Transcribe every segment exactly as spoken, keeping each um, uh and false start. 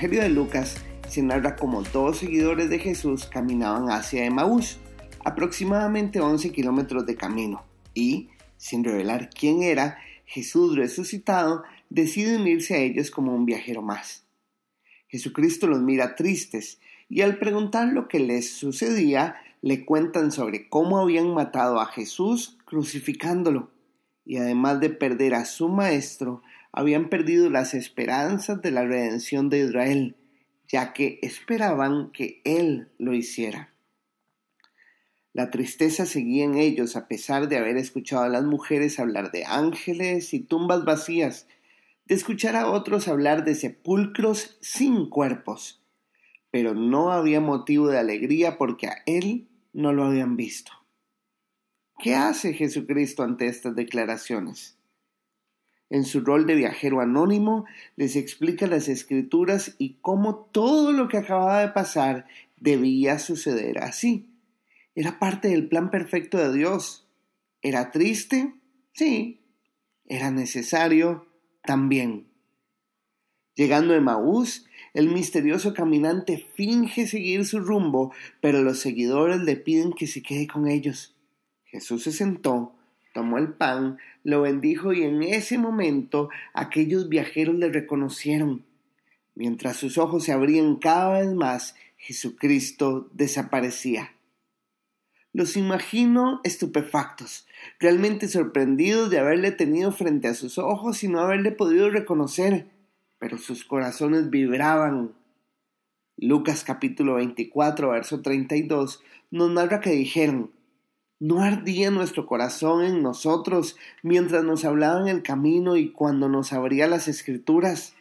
Evangelio de Lucas se narra cómo dos seguidores de Jesús caminaban hacia Emaús, aproximadamente once kilómetros de camino, y, sin revelar quién era, Jesús resucitado decide unirse a ellos como un viajero más. Jesucristo los mira tristes y al preguntar lo que les sucedía, le cuentan sobre cómo habían matado a Jesús crucificándolo y además de perder a su maestro, habían perdido las esperanzas de la redención de Israel, ya que esperaban que Él lo hiciera. La tristeza seguía en ellos a pesar de haber escuchado a las mujeres hablar de ángeles y tumbas vacías, de escuchar a otros hablar de sepulcros sin cuerpos, pero no había motivo de alegría porque a Él no lo habían visto. ¿Qué hace Jesucristo ante estas declaraciones? En su rol de viajero anónimo, les explica las Escrituras y cómo todo lo que acababa de pasar debía suceder así. Era parte del plan perfecto de Dios. ¿Era triste? Sí. ¿Era necesario? También. Llegando a Emaús, el misterioso caminante finge seguir su rumbo, pero los seguidores le piden que se quede con ellos. Jesús se sentó, tomó el pan, lo bendijo y en ese momento aquellos viajeros le reconocieron. Mientras sus ojos se abrían cada vez más, Jesucristo desaparecía. Los imagino estupefactos, realmente sorprendidos de haberle tenido frente a sus ojos y no haberle podido reconocer, pero sus corazones vibraban. Lucas capítulo veinticuatro, verso treinta y dos, nos narra que dijeron: ¿no ardía nuestro corazón en nosotros mientras nos hablaba en el camino y cuando nos abría las Escrituras?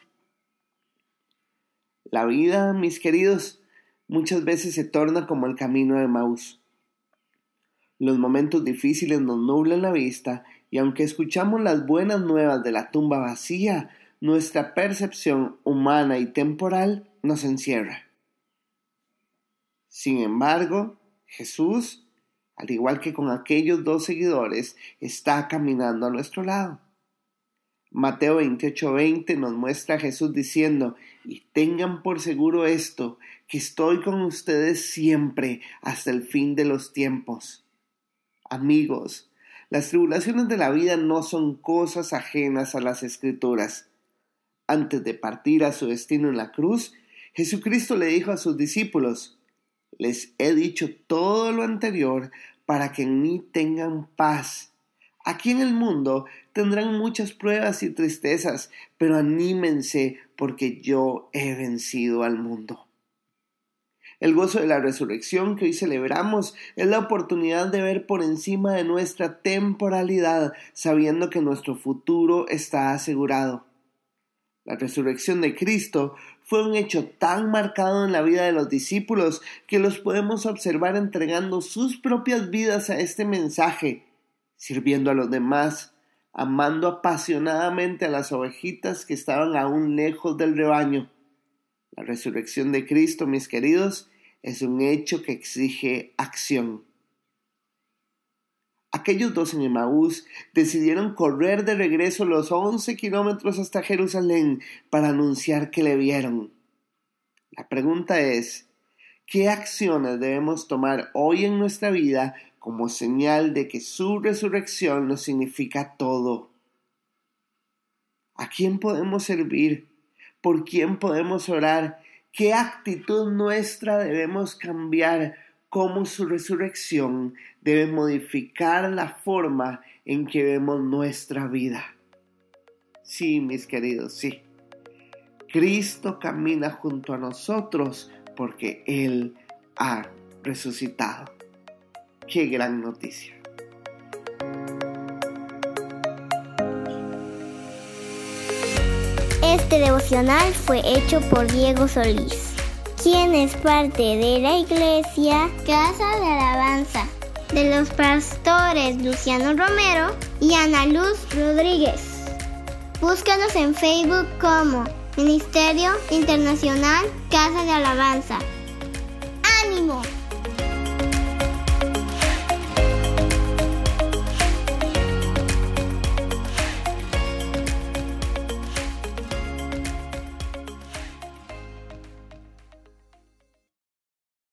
La vida, mis queridos, muchas veces se torna como el camino de Emaús. Los momentos difíciles nos nublan la vista y aunque escuchamos las buenas nuevas de la tumba vacía, nuestra percepción humana y temporal nos encierra. Sin embargo, Jesús, al igual que con aquellos dos seguidores, está caminando a nuestro lado. Mateo veintiocho veinte nos muestra a Jesús diciendo: y tengan por seguro esto, que estoy con ustedes siempre hasta el fin de los tiempos. Amigos, las tribulaciones de la vida no son cosas ajenas a las Escrituras. Antes de partir a su destino en la cruz, Jesucristo le dijo a sus discípulos: les he dicho todo lo anterior para que en mí tengan paz. Aquí en el mundo tendrán muchas pruebas y tristezas, pero anímense porque yo he vencido al mundo. El gozo de la resurrección que hoy celebramos es la oportunidad de ver por encima de nuestra temporalidad, sabiendo que nuestro futuro está asegurado. La resurrección de Cristo fue un hecho tan marcado en la vida de los discípulos que los podemos observar entregando sus propias vidas a este mensaje, sirviendo a los demás, amando apasionadamente a las ovejitas que estaban aún lejos del rebaño. La resurrección de Cristo, mis queridos, es un hecho que exige acción. Aquellos dos en Emaús decidieron correr de regreso los once kilómetros hasta Jerusalén para anunciar que le vieron. La pregunta es: ¿qué acciones debemos tomar hoy en nuestra vida como señal de que su resurrección nos significa todo? ¿A quién podemos servir? ¿Por quién podemos orar? ¿Qué actitud nuestra debemos cambiar? ¿Cómo su resurrección debe modificar la forma en que vemos nuestra vida? Sí, mis queridos, sí. Cristo camina junto a nosotros porque Él ha resucitado. ¡Qué gran noticia! Este devocional fue hecho por Diego Solís, quien es parte de la iglesia Casa de Alabanza, de los pastores Luciano Romero y Ana Luz Rodríguez. Búscanos en Facebook como Ministerio Internacional Casa de Alabanza. ¡Ánimo!